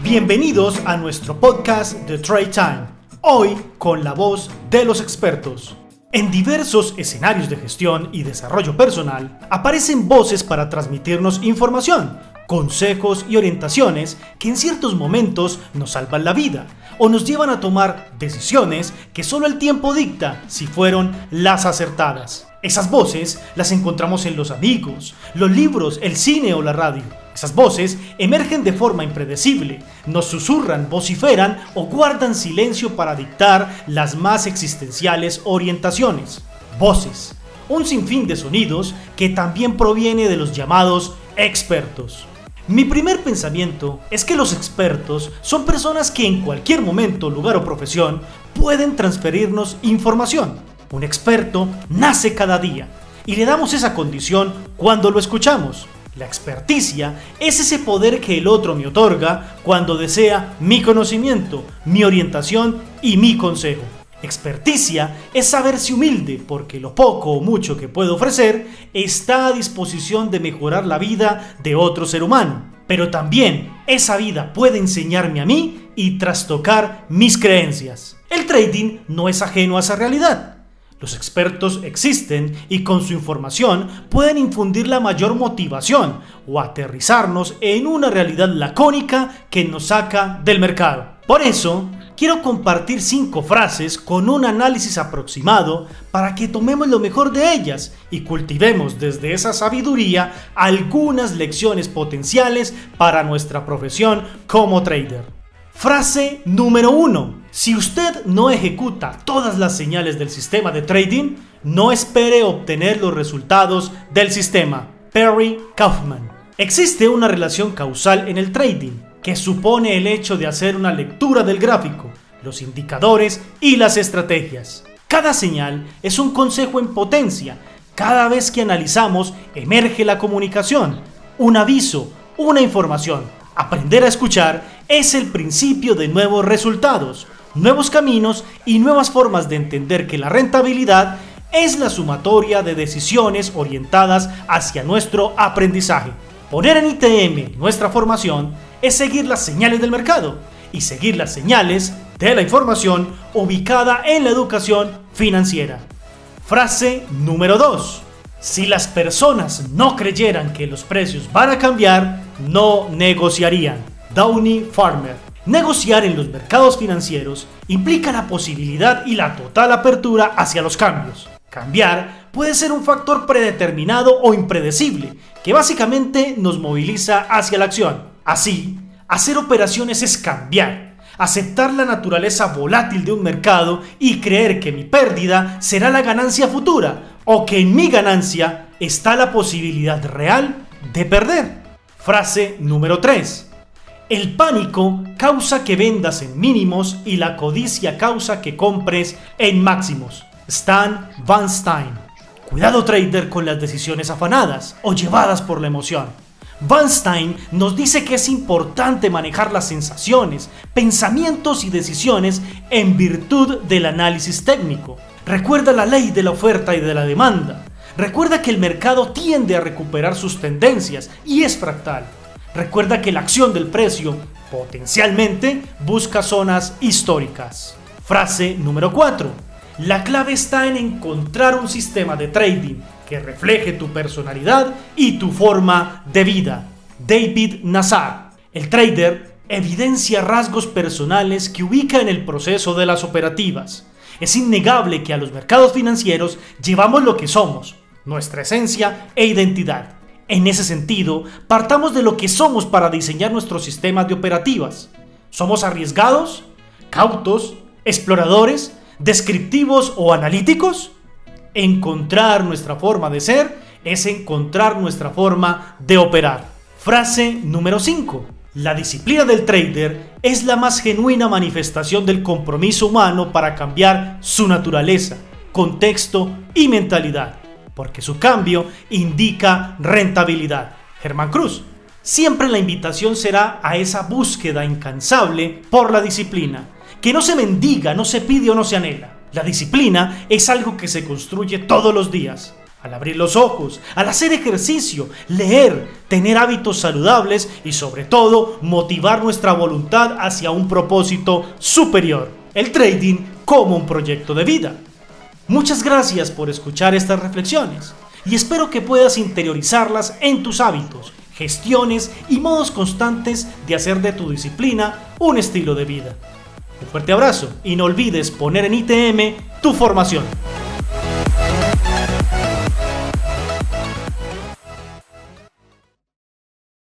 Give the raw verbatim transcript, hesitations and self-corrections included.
Bienvenidos a nuestro podcast The Trade Time, hoy con la voz de los expertos. En diversos escenarios de gestión y desarrollo personal aparecen voces para transmitirnos información, consejos y orientaciones que en ciertos momentos nos salvan la vida o nos llevan a tomar decisiones que solo el tiempo dicta si fueron las acertadas. Esas voces las encontramos en los amigos, los libros, el cine o la radio. Esas voces emergen de forma impredecible, nos susurran, vociferan o guardan silencio para dictar las más existenciales orientaciones. Voces, un sinfín de sonidos que también proviene de los llamados expertos. Mi primer pensamiento es que los expertos son personas que en cualquier momento, lugar o profesión pueden transferirnos información. Un experto nace cada día y le damos esa condición cuando lo escuchamos. La experticia es ese poder que el otro me otorga cuando desea mi conocimiento, mi orientación y mi consejo. Experticia es saberse humilde porque lo poco o mucho que puedo ofrecer está a disposición de mejorar la vida de otro ser humano. Pero también esa vida puede enseñarme a mí y trastocar mis creencias. El trading no es ajeno a esa realidad. Los expertos existen y con su información pueden infundir la mayor motivación o aterrizarnos en una realidad lacónica que nos saca del mercado. Por eso, quiero compartir cinco frases con un análisis aproximado para que tomemos lo mejor de ellas y cultivemos desde esa sabiduría algunas lecciones potenciales para nuestra profesión como trader. Frase número uno. Si usted no ejecuta todas las señales del sistema de trading, no espere obtener los resultados del sistema. Perry Kaufman. Existe una relación causal en el trading, que supone el hecho de hacer una lectura del gráfico, los indicadores y las estrategias. Cada señal es un consejo en potencia. Cada vez que analizamos, emerge la comunicación, un aviso, una información. Aprender a escuchar es el principio de nuevos resultados, nuevos caminos y nuevas formas de entender que la rentabilidad es la sumatoria de decisiones orientadas hacia nuestro aprendizaje. Poner en I T M nuestra formación es seguir las señales del mercado y seguir las señales de la información ubicada en la educación financiera. Frase número dos. Si las personas no creyeran que los precios van a cambiar, no negociarían. Downey Farmer. Negociar en los mercados financieros implica la posibilidad y la total apertura hacia los cambios. Cambiar puede ser un factor predeterminado o impredecible, que básicamente nos moviliza hacia la acción. Así, hacer operaciones es cambiar, aceptar la naturaleza volátil de un mercado y creer que mi pérdida será la ganancia futura, o que en mi ganancia está la posibilidad real de perder. Frase número tres. El pánico causa que vendas en mínimos y la codicia causa que compres en máximos. Stan Van Stein. Cuidado trader con las decisiones afanadas o llevadas por la emoción. Van Stein nos dice que es importante manejar las sensaciones, pensamientos y decisiones en virtud del análisis técnico. Recuerda la ley de la oferta y de la demanda. Recuerda que el mercado tiende a recuperar sus tendencias y es fractal. Recuerda que la acción del precio potencialmente busca zonas históricas. Frase número cuatro. La clave está en encontrar un sistema de trading que refleje tu personalidad y tu forma de vida. David Nassar. El trader evidencia rasgos personales que ubica en el proceso de las operativas. Es innegable que a los mercados financieros llevamos lo que somos, nuestra esencia e identidad. En ese sentido, partamos de lo que somos para diseñar nuestros sistemas de operativas. ¿Somos arriesgados, cautos, exploradores, descriptivos o analíticos? Encontrar nuestra forma de ser es encontrar nuestra forma de operar. Frase número cinco. La disciplina del trader es la más genuina manifestación del compromiso humano para cambiar su naturaleza, contexto y mentalidad, porque su cambio indica rentabilidad. Germán Cruz. Siempre la invitación será a esa búsqueda incansable por la disciplina, que no se mendiga, no se pide o no se anhela. La disciplina es algo que se construye todos los días. al abrir los ojos, al hacer ejercicio, leer, tener hábitos saludables y sobre todo motivar nuestra voluntad hacia un propósito superior, el trading como un proyecto de vida. Muchas gracias por escuchar estas reflexiones y espero que puedas interiorizarlas en tus hábitos, gestiones y modos constantes de hacer de tu disciplina un estilo de vida. Un fuerte abrazo y no olvides poner en I T M tu formación.